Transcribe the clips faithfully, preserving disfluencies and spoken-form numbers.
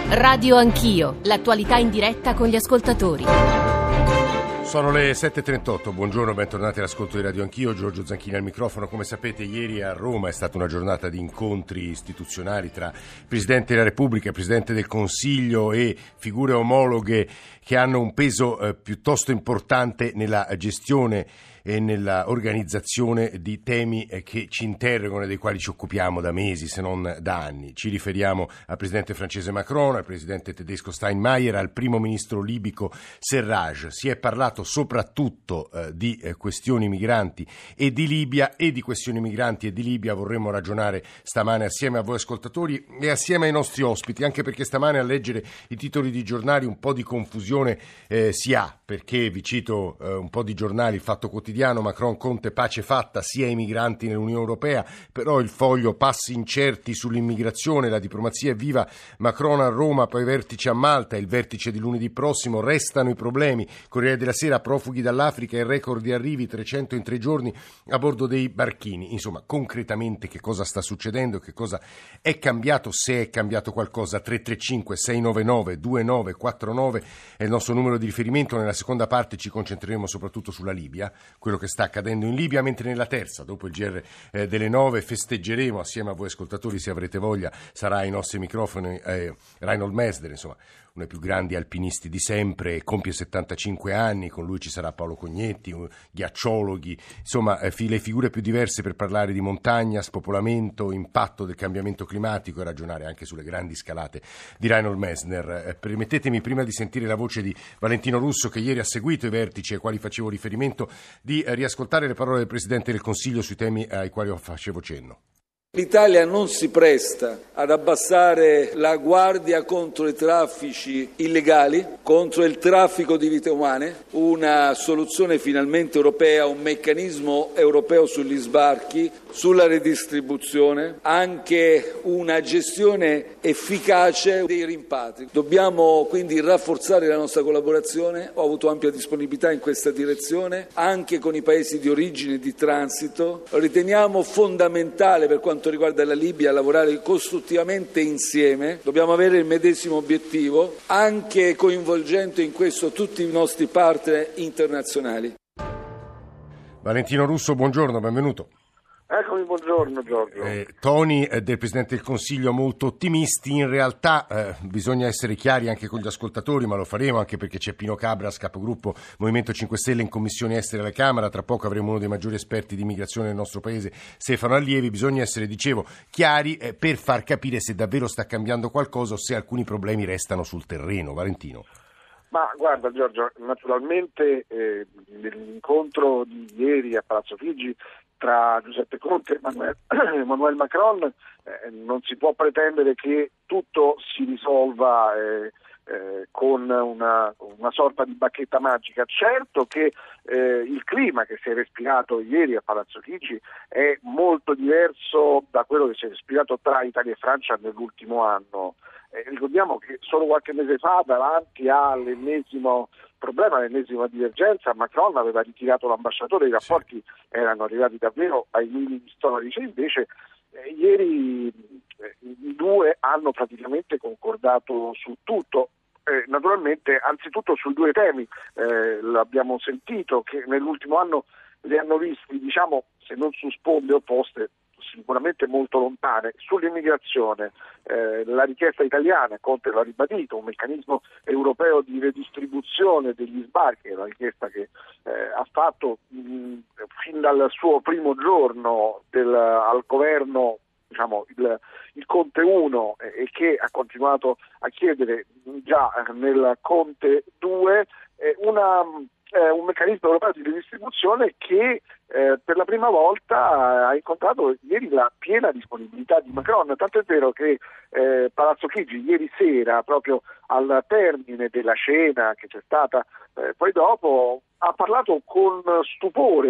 Radio Anch'io, l'attualità in diretta con gli ascoltatori. Sono le sette e trentotto, buongiorno, bentornati all'ascolto di Radio Anch'io, Giorgio Zanchini al microfono. Come sapete, ieri a Roma è stata una giornata di incontri istituzionali tra Presidente della Repubblica, Presidente del Consiglio e figure omologhe che hanno un peso eh, piuttosto importante nella gestione e nella organizzazione di temi eh, che ci interrogano e dei quali ci occupiamo da mesi, se non da anni. Ci riferiamo al Presidente francese Macron, al Presidente tedesco Steinmeier, al Primo Ministro libico Serraj. Si è parlato soprattutto eh, di eh, questioni migranti e di Libia, e di questioni migranti e di Libia vorremmo ragionare stamane assieme a voi ascoltatori e assieme ai nostri ospiti, anche perché stamane a leggere i titoli di giornali un po' di confusione eh, si ha, perché vi cito eh, un po' di giornali, il Fatto Quotidiano, Macron, Conte, pace fatta sia ai migranti nell'Unione Europea, però il Foglio, passi incerti sull'immigrazione, la diplomazia è viva, Macron a Roma, poi vertice a Malta, il vertice di lunedì prossimo, restano i problemi, Corriere della Sera, profughi dall'Africa e record di arrivi, trecento in tre giorni a bordo dei barchini. Insomma, concretamente che cosa sta succedendo, che cosa è cambiato, se è cambiato qualcosa. Tre tre cinque sei nove nove due nove quattro nove è il nostro numero di riferimento. Nella seconda parte ci concentreremo soprattutto sulla Libia, quello che sta accadendo in Libia, mentre nella terza, dopo il G R eh, delle nove, festeggeremo assieme a voi ascoltatori, se avrete voglia, sarà ai nostri microfoni eh, Reinhold Messner, insomma uno dei più grandi alpinisti di sempre, compie settantacinque anni, con lui ci sarà Paolo Cognetti, ghiacciologhi, insomma eh, le figure più diverse per parlare di montagna, spopolamento, impatto del cambiamento climatico e ragionare anche sulle grandi scalate di Reinhold Messner. Eh, permettetemi, prima di sentire la voce di Valentino Russo, che ieri ha seguito i vertici ai quali facevo riferimento, di eh, riascoltare le parole del Presidente del Consiglio sui temi ai quali facevo cenno. L'Italia non si presta ad abbassare la guardia contro i traffici illegali, contro il traffico di vite umane, una soluzione finalmente europea, un meccanismo europeo sugli sbarchi, sulla redistribuzione, anche una gestione efficace dei rimpatri. Dobbiamo quindi rafforzare la nostra collaborazione, ho avuto ampia disponibilità in questa direzione, anche con i paesi di origine e di transito. Riteniamo fondamentale per quanto riguarda la Libia lavorare costruttivamente insieme, dobbiamo avere il medesimo obiettivo, anche coinvolgendo in questo tutti i nostri partner internazionali. Valentino Russo, buongiorno, benvenuto. Eccomi, buongiorno Giorgio. Eh, toni eh, del Presidente del Consiglio molto ottimisti, in realtà eh, bisogna essere chiari anche con gli ascoltatori, ma lo faremo anche perché c'è Pino Cabras, capogruppo Movimento cinque Stelle in Commissione Esteri alla Camera, tra poco avremo uno dei maggiori esperti di immigrazione del nostro paese, Stefano Allievi. Bisogna essere, dicevo, chiari eh, per far capire se davvero sta cambiando qualcosa o se alcuni problemi restano sul terreno. Valentino. Ma guarda Giorgio, naturalmente eh, nell'incontro di ieri a Palazzo Chigi tra Giuseppe Conte e Emmanuel, Emmanuel Macron eh, non si può pretendere che tutto si risolva eh, eh, con una, una sorta di bacchetta magica. Certo che eh, il clima che si è respirato ieri a Palazzo Chigi è molto diverso da quello che si è respirato tra Italia e Francia nell'ultimo anno. Eh, ricordiamo che solo qualche mese fa, davanti all'ennesimo problema, all'ennesima divergenza, Macron aveva ritirato l'ambasciatore, i rapporti erano arrivati davvero ai minimi storici. Invece eh, ieri eh, i due hanno praticamente concordato su tutto. Eh, naturalmente, anzitutto su due temi, eh, l'abbiamo sentito, che nell'ultimo anno li hanno visti, diciamo, se non su sponde opposte, sicuramente molto lontane. Sull'immigrazione, eh, la richiesta italiana, Conte l'ha ribadito, un meccanismo europeo di redistribuzione degli sbarchi, è una richiesta che eh, ha fatto mh, fin dal suo primo giorno del, al governo, diciamo il, il Conte uno, eh, e che ha continuato a chiedere già nel Conte due eh, una Eh, un meccanismo europeo di redistribuzione che eh, per la prima volta ha incontrato ieri la piena disponibilità di Macron, tanto è vero che eh, Palazzo Chigi ieri sera, proprio al termine della cena che c'è stata eh, poi dopo, ha parlato con stupore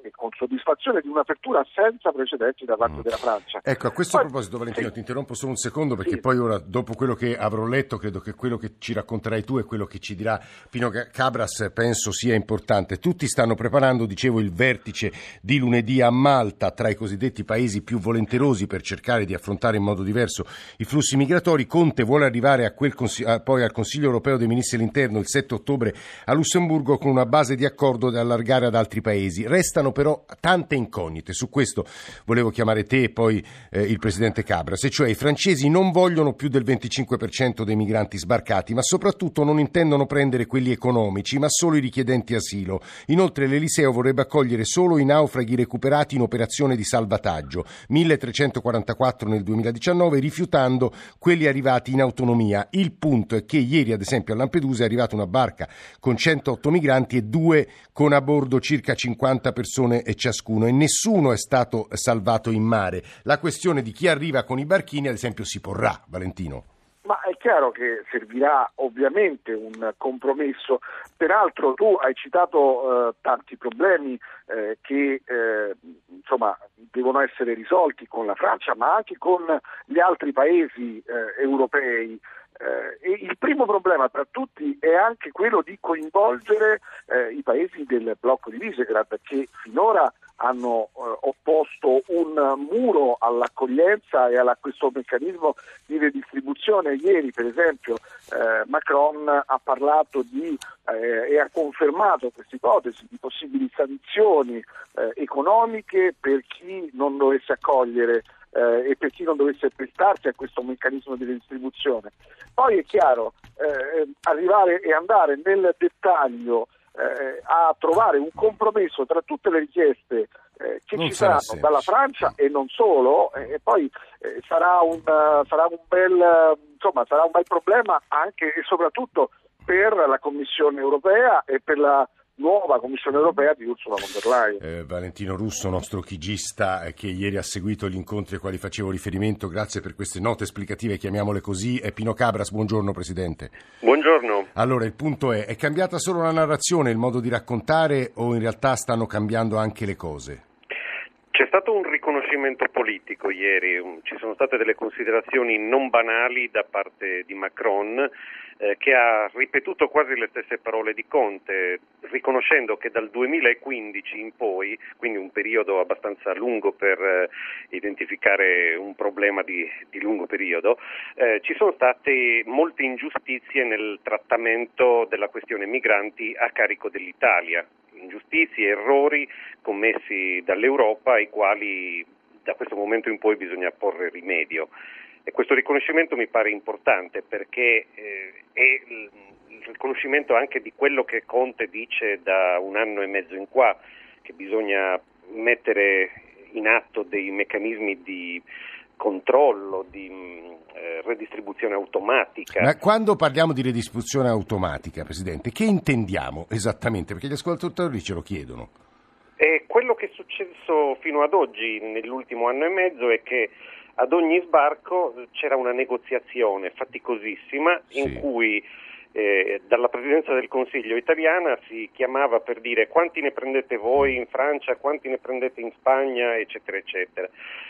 e con soddisfazione di un'apertura senza precedenti da parte mm. della Francia. Ecco, a questo Poi, proposito, Valentino, sì. ti interrompo solo un secondo, perché sì. poi ora, dopo quello che avrò letto, credo che quello che ci racconterai tu e quello che ci dirà Pino Cabras penso sia importante. Tutti stanno preparando, dicevo, il vertice di lunedì a Malta tra i cosiddetti paesi più volenterosi per cercare di affrontare in modo diverso i flussi migratori. Conte vuole arrivare a quel cons- a, poi al Consiglio europeo dei ministri dell'interno il sette ottobre a Lussemburgo con una base di accordo da allargare ad altri paesi. Restano però tante incognite. Su questo volevo chiamare te e poi eh, il presidente Cabras, e cioè i francesi non vogliono più del venticinque per cento dei migranti sbarcati, ma soprattutto non intendono prendere quelli economici, ma solo i richiedenti asilo. Inoltre l'Eliseo vorrebbe accogliere solo i naufraghi recuperati in operazione di salvataggio, milletrecentoquarantaquattro nel duemiladiciannove, rifiutando quelli arrivati in autonomia. Il punto è che ieri, ad esempio, a Lampedusa è arrivata una barca con centootto migranti e due con a bordo circa cinquanta persone ciascuno, e nessuno è stato salvato in mare. La questione di chi arriva con i barchini, ad esempio, si porrà, Valentino. Ma è chiaro che servirà ovviamente un compromesso. Peraltro tu hai citato eh, tanti problemi eh, che eh, insomma devono essere risolti con la Francia, ma anche con gli altri paesi eh, europei. Eh, e il primo problema tra tutti è anche quello di coinvolgere eh, i paesi del blocco di Visegrad, che finora hanno eh, opposto un muro all'accoglienza e a questo meccanismo di redistribuzione. Ieri, per esempio, eh, Macron ha parlato di eh, e ha confermato questa ipotesi di possibili sanzioni eh, economiche per chi non dovesse accogliere Eh, e per chi non dovesse prestarsi a questo meccanismo di redistribuzione. Poi è chiaro, eh, arrivare e andare nel dettaglio eh, a trovare un compromesso tra tutte le richieste eh, che non ci saranno semplice. dalla Francia e non solo, eh, e poi eh, sarà un uh, sarà un bel insomma sarà un bel problema anche e soprattutto per la Commissione europea e per la nuova Commissione europea di Ursula von der Leyen. Eh, Valentino Russo, nostro chigista, eh, che ieri ha seguito gli incontri ai quali facevo riferimento, grazie per queste note esplicative, chiamiamole così. E Pino Cabras, buongiorno Presidente. Buongiorno. Allora, il punto è, è cambiata solo la narrazione, il modo di raccontare, o in realtà stanno cambiando anche le cose? C'è stato un riconoscimento politico ieri, ci sono state delle considerazioni non banali da parte di Macron, eh, che ha ripetuto quasi le stesse parole di Conte, riconoscendo che dal duemilaquindici in poi, quindi un periodo abbastanza lungo per eh, identificare un problema di, di lungo periodo, eh, ci sono state molte ingiustizie nel trattamento della questione migranti a carico dell'Italia. Ingiustizie, errori commessi dall'Europa ai quali da questo momento in poi bisogna porre rimedio. E questo riconoscimento mi pare importante perché eh, è il, il riconoscimento anche di quello che Conte dice da un anno e mezzo in qua, che bisogna mettere in atto dei meccanismi di controllo, di eh, redistribuzione automatica. Ma quando parliamo di redistribuzione automatica, Presidente, che intendiamo esattamente? Perché gli ascoltatori ce lo chiedono. E quello che è successo fino ad oggi, nell'ultimo anno e mezzo, è che ad ogni sbarco c'era una negoziazione faticosissima, sì, in cui eh, dalla Presidenza del Consiglio italiana si chiamava per dire quanti ne prendete voi in Francia, quanti ne prendete in Spagna, eccetera, eccetera.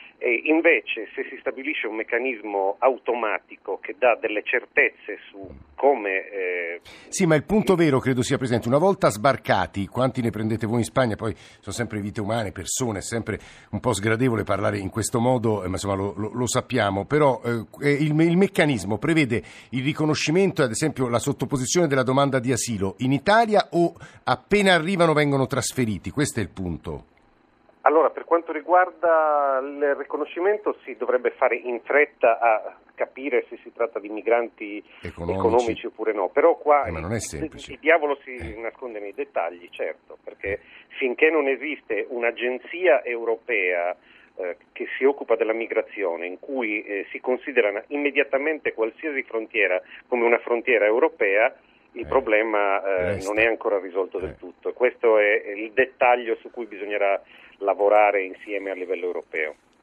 E invece se si stabilisce un meccanismo automatico che dà delle certezze su come... Eh... Sì, ma il punto vero credo sia, Presidente, una volta sbarcati, quanti ne prendete voi in Spagna, poi sono sempre vite umane, persone, è sempre un po' sgradevole parlare in questo modo, eh, ma insomma lo, lo, lo sappiamo, però eh, il, il meccanismo prevede il riconoscimento, ad esempio la sottoposizione della domanda di asilo in Italia o appena arrivano vengono trasferiti? Questo è il punto. Allora, per quanto riguarda il riconoscimento si dovrebbe fare in fretta a capire se si tratta di migranti economici, economici oppure no, però qua eh, ma non è semplice. Il, il diavolo si eh. nasconde nei dettagli, certo, perché finché non esiste un'agenzia europea eh, che si occupa della migrazione, in cui eh, si considera immediatamente qualsiasi frontiera come una frontiera europea, il eh. problema eh, non è ancora risolto del eh. tutto. Questo è il dettaglio su cui bisognerà lavorare insieme a livello europeo.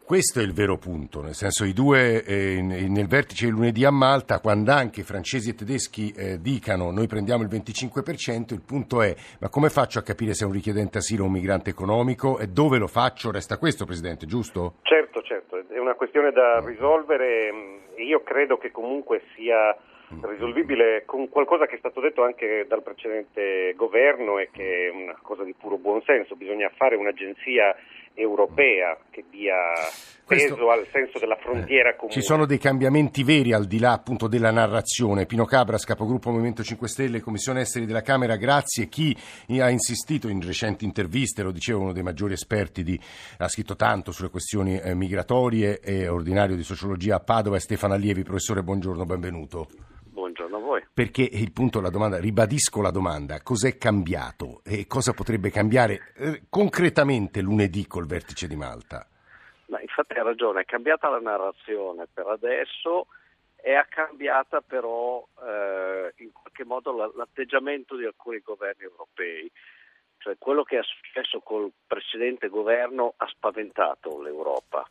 Questo è il vero punto, nel senso i due eh, nel vertice di lunedì a Malta, quando anche francesi e tedeschi eh, dicano noi prendiamo il venticinque per cento, il punto è ma come faccio a capire se è un richiedente asilo o un migrante economico e dove lo faccio? Resta questo, Presidente, giusto? Certo, certo, è una questione da risolvere e io credo che comunque sia risolvibile con qualcosa che è stato detto anche dal precedente governo e che è una cosa di puro buonsenso. Bisogna fare un'agenzia europea che dia peso Questo, al senso della frontiera comune. Ci sono dei cambiamenti veri al di là appunto della narrazione. Pino Cabras, capogruppo Movimento cinque Stelle, Commissione Esteri della Camera, grazie. Chi ha insistito in recenti interviste, lo diceva uno dei maggiori esperti, di, ha scritto tanto sulle questioni eh, migratorie, è ordinario di sociologia a Padova, è Stefano Allievi. Professore, buongiorno, benvenuto. Buongiorno a voi. Perché il punto, la domanda, ribadisco la domanda, cos'è cambiato e cosa potrebbe cambiare eh, concretamente lunedì col vertice di Malta? Ma infatti ha ragione, è cambiata la narrazione per adesso, è cambiata però eh, in qualche modo l'atteggiamento di alcuni governi europei. Cioè quello che è successo col precedente governo ha spaventato l'Europa.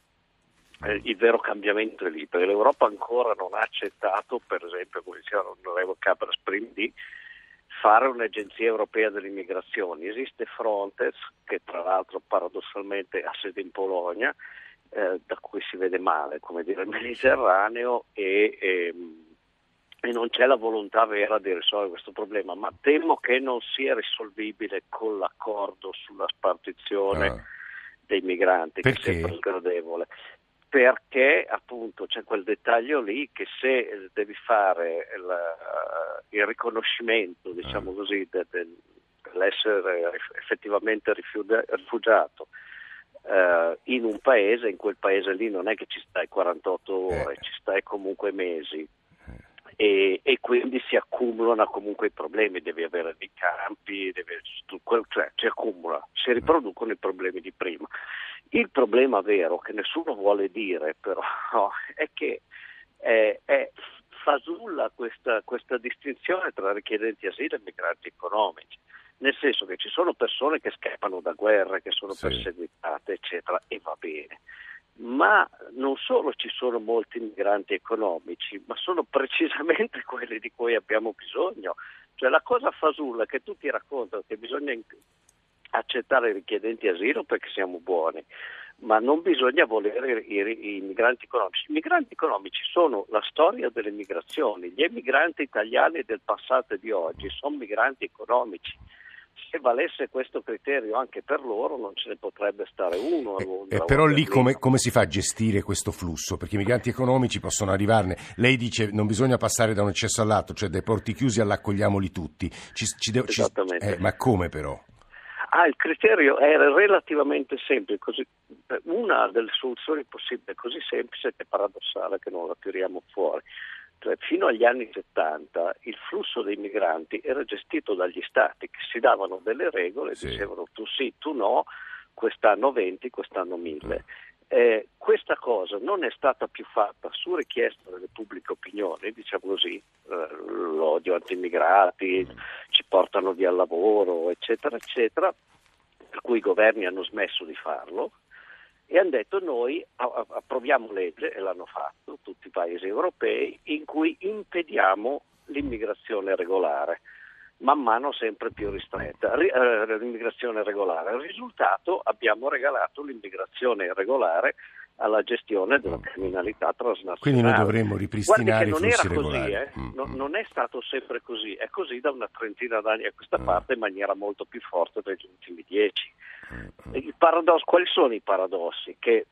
Il vero cambiamento è lì, perché l'Europa ancora non ha accettato, per esempio, come diceva l'onorevole Cabras prima, di fare un'agenzia europea delle immigrazioni. Esiste Frontex, che tra l'altro paradossalmente ha sede in Polonia, eh, da cui si vede male, come dire, il Mediterraneo e, e, e non c'è la volontà vera di risolvere questo problema, ma temo che non sia risolvibile con l'accordo sulla spartizione ah. dei migranti, Perché? che è sempre sgradevole. Perché appunto c'è quel dettaglio lì che se devi fare il, il riconoscimento, diciamo ah. così, de, de, dell'essere effettivamente rifugiato eh, in un paese, in quel paese lì non è che ci stai quarantotto ore, eh. ci stai comunque mesi. E, e quindi si accumulano comunque i problemi, devi avere dei campi, devi, cioè si accumula, si riproducono i problemi di prima. Il problema vero che nessuno vuole dire però è che è, è fasulla questa, questa distinzione tra richiedenti asilo e migranti economici, nel senso che ci sono persone che scappano da guerre, che sono sì. perseguitate eccetera, e va bene. Ma non solo ci sono molti migranti economici, ma sono precisamente quelli di cui abbiamo bisogno. Cioè la cosa fasulla che tutti raccontano che bisogna accettare i richiedenti asilo perché siamo buoni, ma non bisogna volere i, i, i migranti economici. I migranti economici sono la storia delle migrazioni. Gli emigranti italiani del passato e di oggi sono migranti economici. Se valesse questo criterio anche per loro non ce ne potrebbe stare uno a Londra. Eh, però lì come, come si fa a gestire questo flusso? Perché i migranti economici possono arrivarne. Lei dice non bisogna passare da un eccesso all'altro, cioè dai porti chiusi all'accogliamoli tutti. Ci, ci de- Esattamente. Ci, eh, ma come però? Ah, il criterio è relativamente semplice. Così, una delle soluzioni possibili è così semplice che è paradossale che non la tiriamo fuori. Fino agli anni settanta il flusso dei migranti era gestito dagli stati che si davano delle regole e sì. dicevano tu sì, tu no, quest'anno venti, quest'anno mille. Eh, questa cosa non è stata più fatta su richiesta delle pubbliche opinioni, diciamo così, eh, l'odio anti-immigrati, ci portano via il lavoro, eccetera, eccetera, per cui i governi hanno smesso di farlo. E hanno detto noi approviamo legge, e l'hanno fatto tutti i paesi europei, in cui impediamo l'immigrazione regolare, man mano sempre più ristretta, eh, l'immigrazione regolare. Il risultato, abbiamo regalato l'immigrazione regolare alla gestione della criminalità transnazionale. Quindi noi dovremmo ripristinare i flussi regolari. Non era così, eh? non, non è stato sempre così, è così da una trentina d'anni a questa mm. parte in maniera molto più forte degli ultimi dieci. Mm. Il paradosso, quali sono i paradossi? Che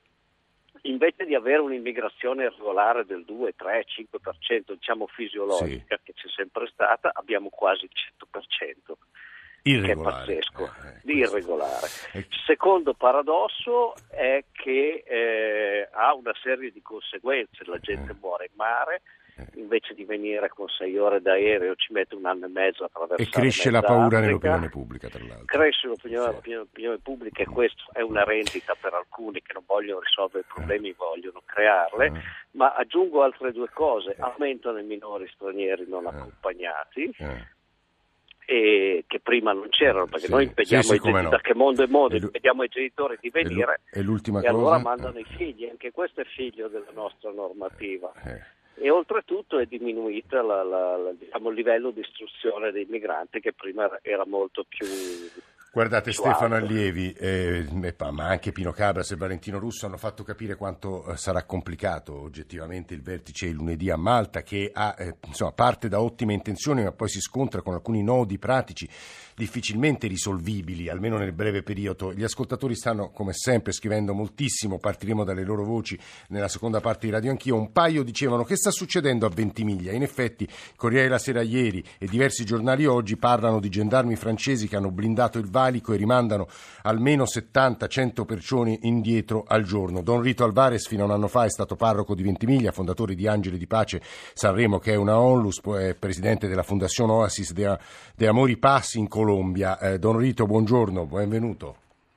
invece di avere un'immigrazione regolare del due, tre, cinque per cento, diciamo fisiologica, sì. che c'è sempre stata, abbiamo quasi il cento per cento. Irregolare. Che è pazzesco, eh, di irregolare. Il secondo paradosso è che eh, ha una serie di conseguenze, la gente eh. muore in mare, invece di venire con sei ore d'aereo ci mette un anno e mezzo a attraversare. E cresce la paura nell'opinione pubblica, tra l'altro. Cresce l'opinione, sì. l'opinione pubblica, e questo è una rendita per alcuni che non vogliono risolvere i problemi, eh. vogliono crearle, eh. ma aggiungo altre due cose: aumentano i minori stranieri non eh. accompagnati, eh. e che prima non c'erano, perché sì, noi impediamo sì, sì, i genitori, no. perché mondo è mondo, E lu- impediamo ai genitori di venire e, e, l'ultima e cosa, allora mandano i figli, anche questo è figlio della nostra normativa. Eh. E oltretutto è diminuita la, la, la, diciamo, il livello di istruzione dei migranti, che prima era, era molto più... Guardate, più Stefano alto. Allievi, eh, ma anche Pino Cabras e Valentino Russo hanno fatto capire quanto eh, sarà complicato oggettivamente il vertice lunedì a Malta, che ha, eh, insomma, parte da ottime intenzioni, ma poi si scontra con alcuni nodi pratici difficilmente risolvibili, almeno nel breve periodo. Gli ascoltatori stanno, come sempre, scrivendo moltissimo, partiremo dalle loro voci nella seconda parte di Radio Anch'io. Un paio dicevano: che sta succedendo a Ventimiglia? In effetti, Corriere della Sera ieri e diversi giornali oggi parlano di gendarmi francesi che hanno blindato il valico e rimandano almeno settanta cento persone indietro al giorno. Don Rito Alvarez fino a un anno fa è stato parroco di Ventimiglia, fondatore di Angeli di Pace Sanremo, che è una onlus, è presidente della Fondazione Oasis de, de Amori Passi in Colombia. Eh, Don Rito, buongiorno, benvenuto.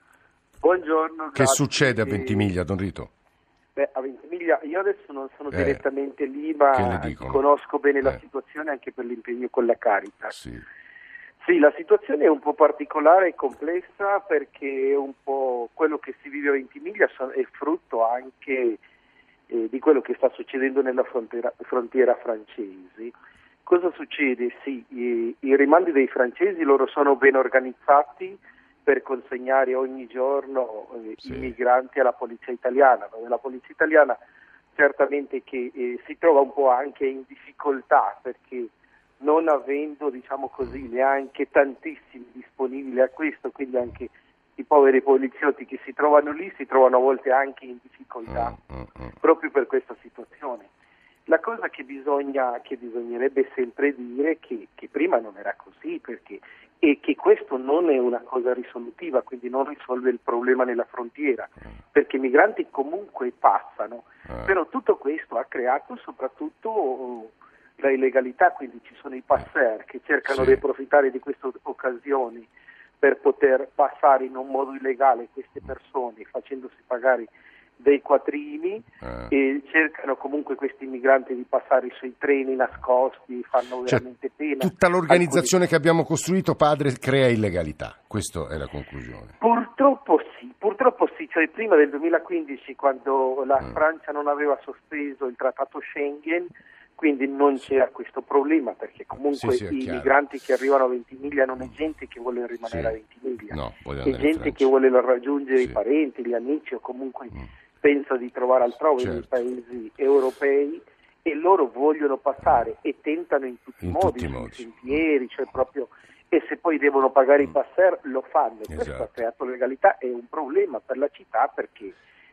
Buongiorno. Che grazie. succede a Ventimiglia, Don Rito? Beh, a Ventimiglia io adesso non sono Eh, direttamente lì, ma conosco bene la Eh. situazione anche per l'impegno con la Caritas. Sì. Sì, la situazione è un po' particolare e complessa, perché è un po' quello che si vive a Ventimiglia so- è frutto anche eh, di quello che sta succedendo nella frontiera, frontiera francese. Cosa succede? Sì, i, i rimandi dei francesi loro sono ben organizzati per consegnare ogni giorno eh, Sì. i migranti alla polizia italiana, dove la polizia italiana certamente che eh, si trova un po' anche in difficoltà, perché non avendo, diciamo così, neanche tantissimi disponibili a questo, quindi anche i poveri poliziotti che si trovano lì si trovano a volte anche in difficoltà Mm, mm, mm. proprio per questa situazione. La cosa che bisogna che bisognerebbe sempre dire è che, che prima non era così, perché e che questo non è una cosa risolutiva, quindi non risolve il problema nella frontiera, perché i migranti comunque passano, Eh. però tutto questo ha creato soprattutto la illegalità, quindi ci sono i passer che cercano Sì. di approfittare di queste occasioni per poter passare in un modo illegale queste persone, facendosi pagare dei quattrini, Eh. e cercano comunque questi migranti di passare sui treni nascosti, fanno Cioè, veramente pena. tutta l'organizzazione che abbiamo costruito, padre, crea illegalità. Questa è la conclusione. Purtroppo sì, purtroppo sì, cioè prima del duemilaquindici, quando la Mm. Francia non aveva sospeso il trattato Schengen, quindi non c'era questo problema, perché comunque Sì, sì, è i chiaro. migranti che arrivano a Ventimiglia non è gente che vuole rimanere Sì. a Ventimiglia, No, voglio è andare in gente Francia. che vuole raggiungere Sì. i parenti, gli amici, o comunque Mm. pensa di trovare altrove nei Certo. paesi europei, e loro vogliono passare e tentano in tutti i In modi, tutti i sui modi. sentieri, cioè proprio, e se poi devono pagare i passer lo fanno. Questo Esatto. ha creato legalità, è un problema per la città, perché,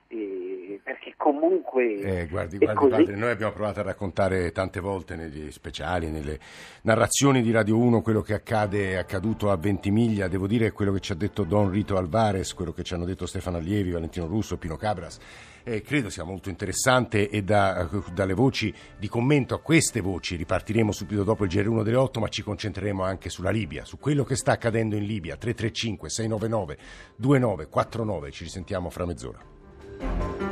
eh, perché comunque Eh, guardi, è guardi così. padre, noi abbiamo provato a raccontare tante volte negli speciali, nelle narrazioni di Radio uno, quello che accade, è accaduto a Ventimiglia. Devo dire quello che ci ha detto Don Rito Alvarez, quello che ci hanno detto Stefano Allievi, Valentino Russo, Pino Cabras. Eh, credo sia molto interessante, e da, dalle voci di commento a queste voci ripartiremo subito dopo il G R uno delle otto, ma ci concentreremo anche sulla Libia, su quello che sta accadendo in Libia. Tre tre cinque sei nove nove due nove quattro nove, ci risentiamo fra mezz'ora.